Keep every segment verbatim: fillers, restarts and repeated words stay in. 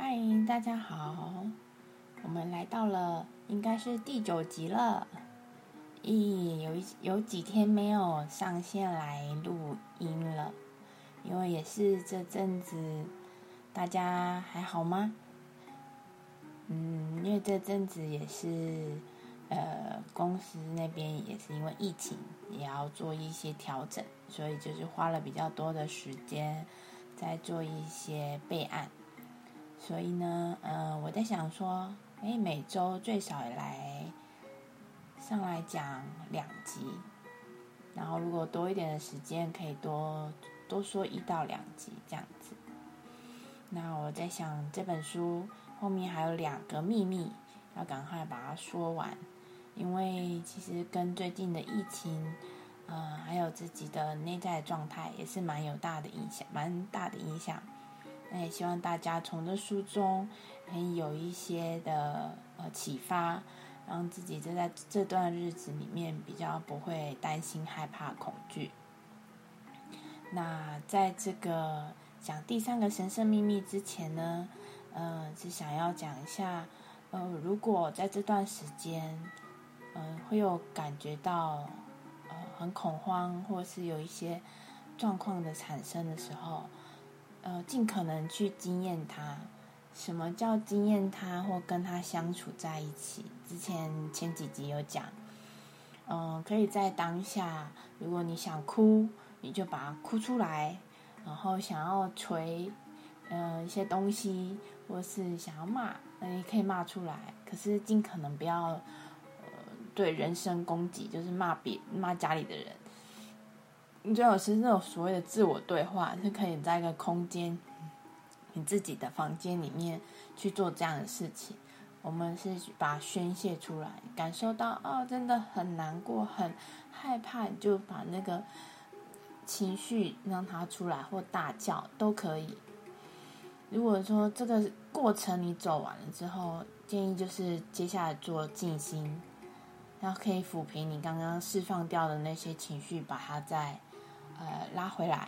嗨，大家好，我们来到了应该是第九集了。咦，有一有几天没有上线来录音了，因为也是这阵子大家还好吗？嗯，因为这阵子也是呃公司那边也是因为疫情也要做一些调整，所以就是花了比较多的时间在做一些备案。所以呢，呃，我在想说，哎，每周最少也来上来讲两集，然后如果多一点的时间，可以多多说一到两集这样子。那我在想，这本书后面还有两个秘密，要赶快把它说完，因为其实跟最近的疫情，呃，还有自己的内在状态也是蛮有大的影响，蛮大的影响。那也希望大家从这书中可以有一些的呃启发，让自己就在这段日子里面比较不会担心、害怕、恐惧。那在这个讲第三个神圣秘密之前呢，呃，是想要讲一下，呃，如果在这段时间，呃，会有感觉到呃很恐慌，或是有一些状况的产生的时候。呃，尽可能去经验它。什么叫经验它或跟它相处在一起？之前前几集有讲，嗯、呃，可以在当下，如果你想哭，你就把它哭出来；然后想要捶，呃，一些东西，或是想要骂，那你可以骂出来。可是尽可能不要，呃，对人身攻击，就是骂别骂家里的人。你最好是那种所谓的自我对话，是可以在一个空间，你自己的房间里面去做这样的事情。我们是把它宣泄出来，感受到哦，真的很难过、很害怕，你就把那个情绪让它出来，或大叫都可以。如果说这个过程你走完了之后，建议就是接下来做静心，然后可以抚平你刚刚释放掉的那些情绪，把它再呃拉回来。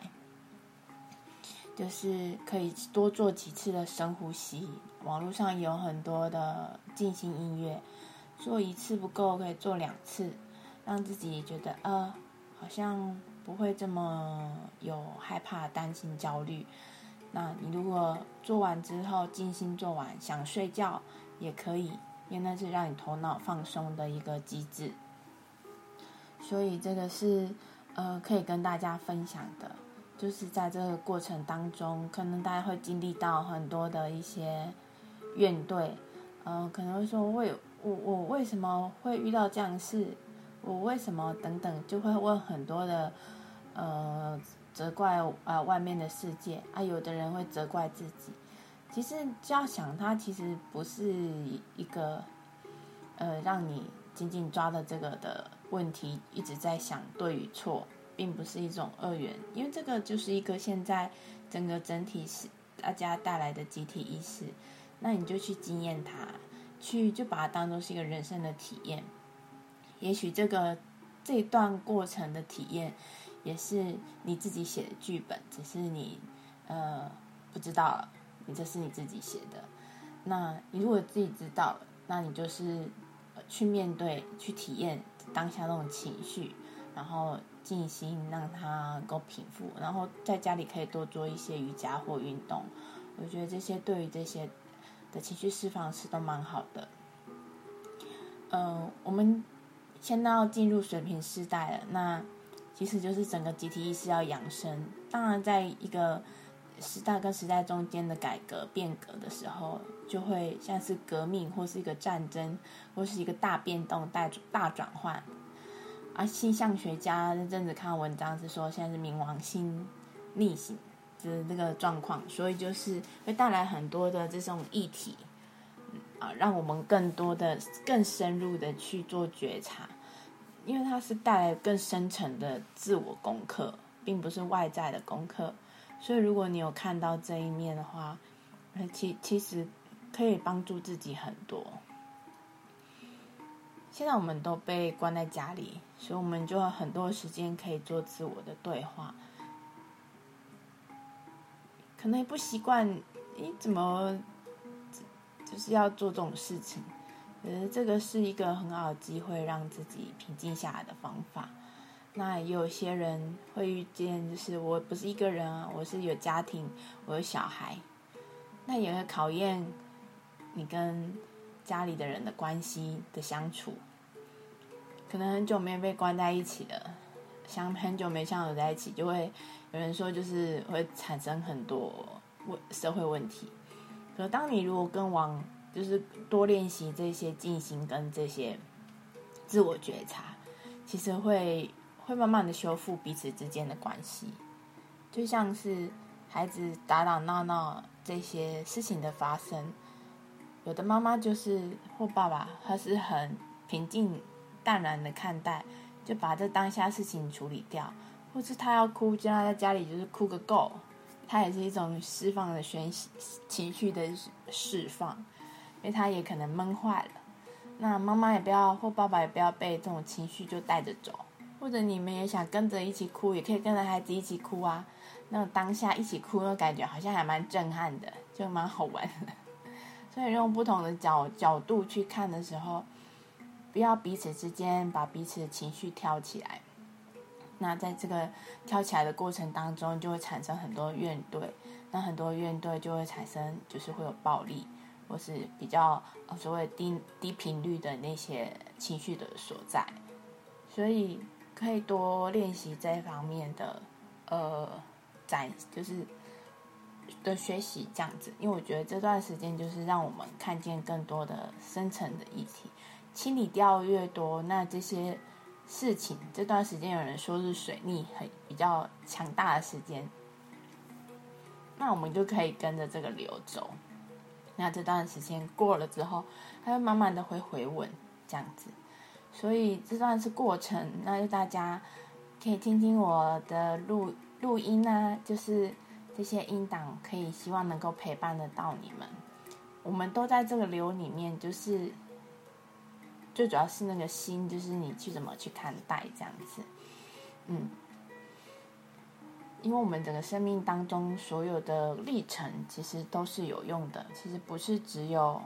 就是可以多做几次的深呼吸，网络上有很多的静心音乐，做一次不够可以做两次，让自己觉得呃好像不会这么有害怕、担心、焦虑。那你如果做完之后静心做完想睡觉也可以，因为那是让你头脑放松的一个机制，所以这个是呃可以跟大家分享的。就是在这个过程当中，可能大家会经历到很多的一些怨怼，呃，可能会说为我我为什么会遇到这样的事，我为什么等等，就会问很多的呃责怪啊、呃、外面的世界啊，有的人会责怪自己。其实就要想，它其实不是一个呃让你紧紧抓着这个的问题，一直在想对与错。并不是一种二元，因为这个就是一个现在整个整体是大家带来的集体意识，那你就去经验它，去就把它当作是一个人生的体验。也许这个这一段过程的体验也是你自己写的剧本，只是你呃不知道了，你这是你自己写的。那你如果自己知道了，那你就是去面对、去体验当下那种情绪，然后静心让它能够平复，然后在家里可以多做一些瑜伽或运动。我觉得这些对于这些的情绪释放是都蛮好的。呃，我们现在要进入水瓶时代了，那其实就是整个集体意识要养生。当然，在一个时代跟时代中间的改革变革的时候，就会像是革命或是一个战争，或是一个大变动、大大转换。啊，星象学家那阵子看文章是说，现在是冥王星逆行的这个状况，所以就是会带来很多的这种议题，啊，让我们更多的、更深入的去做觉察，因为它是带来更深层的自我功课，并不是外在的功课。所以，如果你有看到这一面的话，其其实可以帮助自己很多。现在我们都被关在家里，所以我们就有很多时间可以做自我的对话。可能也不习惯，诶，怎么就是要做这种事情。可是这个是一个很好的机会，让自己平静下来的方法。那也有些人会遇见，就是我不是一个人啊，我是有家庭，我有小孩，那也会考验你跟家里的人的关系的相处。可能很久没被关在一起了，相很久没相处在一起，就会有人说就是会产生很多社会问题。可当你如果更往就是多练习这些静心跟这些自我觉察，其实会会慢慢的修复彼此之间的关系。就像是孩子打打闹闹这些事情的发生，有的妈妈就是或爸爸，他是很平静淡然的看待，就把这当下事情处理掉，或是他要哭，就让他在家里就是哭个够，他也是一种释放的宣泄情绪的释放，因为他也可能闷坏了。那妈妈也不要或爸爸也不要被这种情绪就带着走，或者你们也想跟着一起哭，也可以跟着孩子一起哭啊。那种当下一起哭的感觉好像还蛮震撼的，就蛮好玩的。所以用不同的角角度去看的时候，不要彼此之间把彼此的情绪挑起来。那在这个挑起来的过程当中，就会产生很多怨怼，那很多怨怼就会产生就是会有暴力，或是比较呃所谓低低频率的那些情绪的所在。所以可以多练习这一方面的呃展就是的学习这样子，因为我觉得这段时间就是让我们看见更多的深层的议题，清理掉越多，那这些事情这段时间有人说是水逆很比较强大的时间，那我们就可以跟着这个流走。那这段时间过了之后，它会慢慢的会回稳这样子。所以这段是过程，那就大家可以听听我的录录音啊，就是这些音档可以希望能够陪伴得到你们。我们都在这个流里面，就是最主要是那个心，就是你去怎么去看待这样子。嗯，因为我们整个生命当中所有的历程其实都是有用的，其实不是只有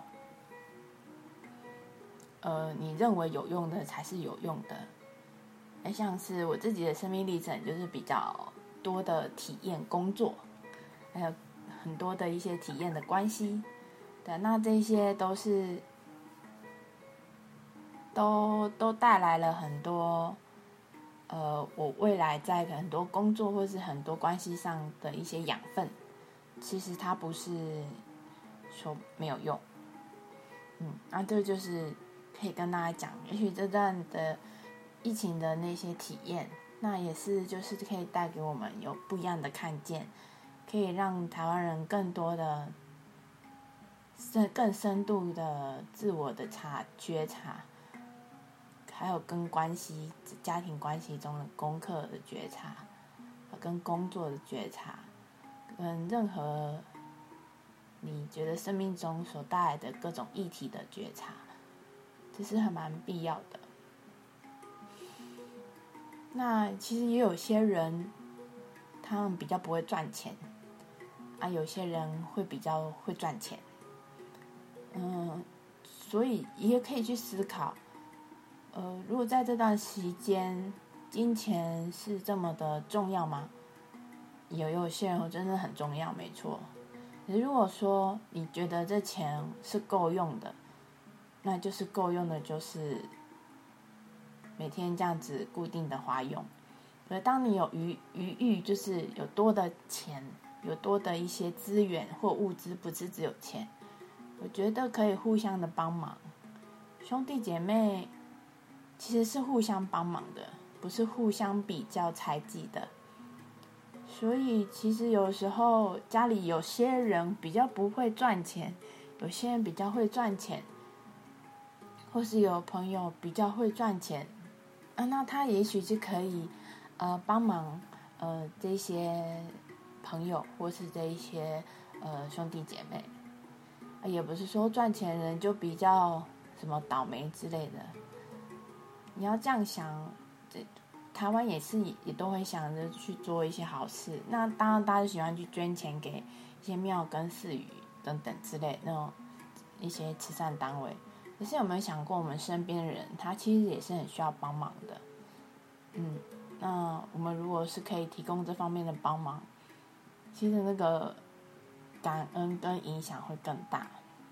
呃你认为有用的才是有用的。像是我自己的生命历程就是比较多的体验工作，还有很多的一些体验的关系，对，那这些都是都都带来了很多呃我未来在很多工作或是很多关系上的一些养分。其实它不是说没有用，嗯，那这就是可以跟大家讲，也许这段的疫情的那些体验，那也是就是可以带给我们有不一样的看见，可以让台湾人更多的深更深度的自我的察觉察，还有跟关系家庭关系中的功课的觉察，跟工作的觉察，跟任何你觉得生命中所带来的各种议题的觉察，这是很蛮必要的。那其实也有些人他们比较不会赚钱啊，有些人会比较会赚钱，嗯，所以也可以去思考，呃，如果在这段期间金钱是这么的重要吗？有有些人真的很重要，没错。可是如果说你觉得这钱是够用的，那就是够用的，就是每天这样子固定的花用。可是当你有余余裕，就是有多的钱，有多的一些资源或物资，不是只有钱，我觉得可以互相的帮忙。兄弟姐妹其实是互相帮忙的，不是互相比较猜忌的。所以其实有时候家里有些人比较不会赚钱，有些人比较会赚钱，或是有朋友比较会赚钱啊，那他也许就可以呃帮忙呃这些朋友或是这一些呃兄弟姐妹，啊，也不是说赚钱人就比较什么倒霉之类的。你要这样想，这台湾也是也都会想着去做一些好事。那当然大家喜欢去捐钱给一些庙跟寺宇等等之类那种一些慈善单位。可是有没有想过，我们身边的人他其实也是很需要帮忙的。嗯，那我们如果是可以提供这方面的帮忙，其实那个感恩跟影响会更大。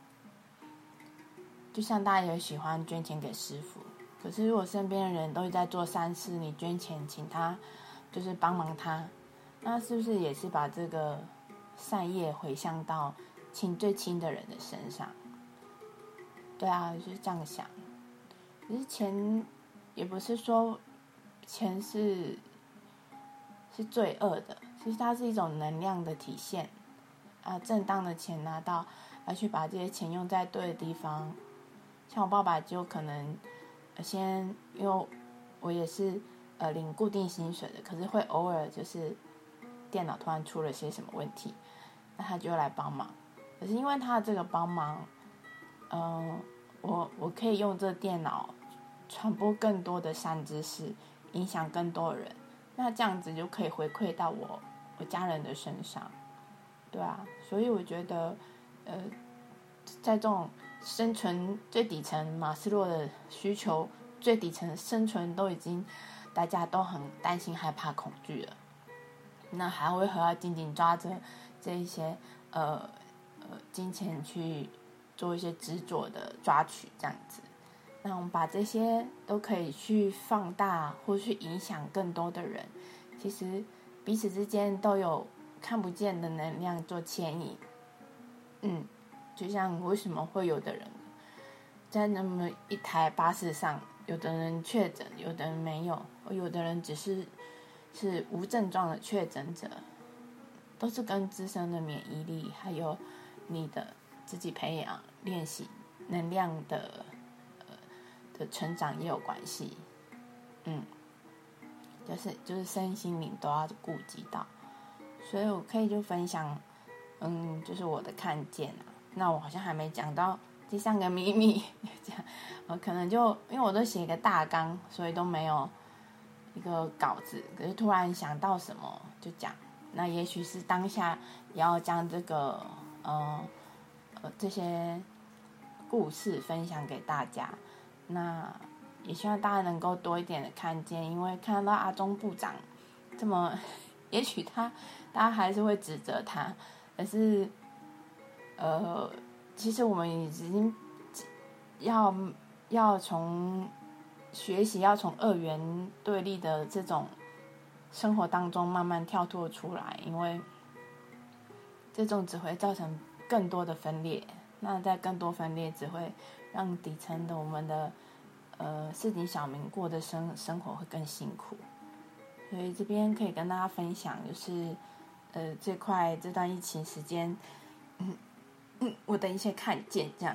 就像大家也喜欢捐钱给师父，可是如果身边的人都在做善事，你捐钱请他就是帮忙他，那是不是也是把这个善业回向到亲最亲的人的身上？对啊，就是这样想。可是钱也不是说钱是是罪恶的，其实它是一种能量的体现啊。正当的钱拿到，要去把这些钱用在对的地方。像我爸爸就可能先，因为我也是呃领固定薪水的，可是会偶尔就是电脑突然出了些什么问题，那他就会来帮忙。可是因为他的这个帮忙，嗯、呃，我我可以用这电脑传播更多的善知识，影响更多的人，那这样子就可以回馈到我我家人的身上，对啊，所以我觉得，呃，在这种生存最底层马斯洛的需求最底层的生存都已经大家都很担心害怕恐惧了，那还会和要紧紧抓着这一些呃呃金钱去做一些执着的抓取这样子，那我们把这些都可以去放大或去影响更多的人，其实彼此之间都有看不见的能量做牵引。嗯，就像为什么会有的人在那么一台巴士上，有的人确诊，有的人没有，有的人只是是无症状的确诊者，都是跟自身的免疫力还有你的自己培养练习能量的呃的成长也有关系。嗯，就是就是身心灵都要顾及到，所以我可以就分享，嗯，就是我的看见啊。那我好像还没讲到第三个秘密，这样我可能就因为我都写一个大纲，所以都没有一个稿子，可是突然想到什么就讲。那也许是当下也要将这个呃呃这些故事分享给大家。那也希望大家能够多一点的看见，因为看到阿中部长这么，也许他大家还是会指责他，可是呃，其实我们已经要要从学习，要从二元对立的这种生活当中慢慢跳脱出来，因为这种只会造成更多的分裂，那在更多分裂只会让底层的我们的呃市井小民过的生生活会更辛苦。所以这边可以跟大家分享，就是呃这块这段疫情时间，嗯嗯我的一些看见这样。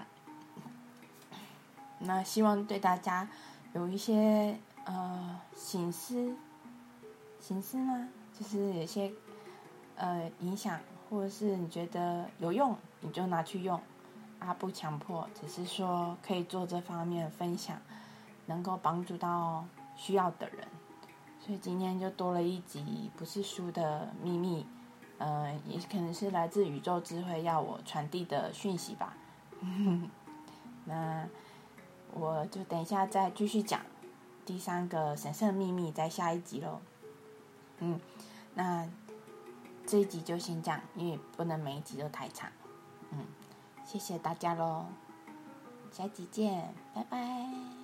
那希望对大家有一些呃省思，省思呢，就是有些呃影响，或者是你觉得有用，你就拿去用，啊不强迫，只是说可以做这方面的分享，能够帮助到需要的人。所以今天就多了一集不是书的秘密，呃，也可能是来自宇宙智慧要我传递的讯息吧。那我就等一下再继续讲第三个神圣秘密，在下一集咯。嗯，那这一集就先讲，因为不能每一集都太长。嗯，谢谢大家咯，下集见，拜拜。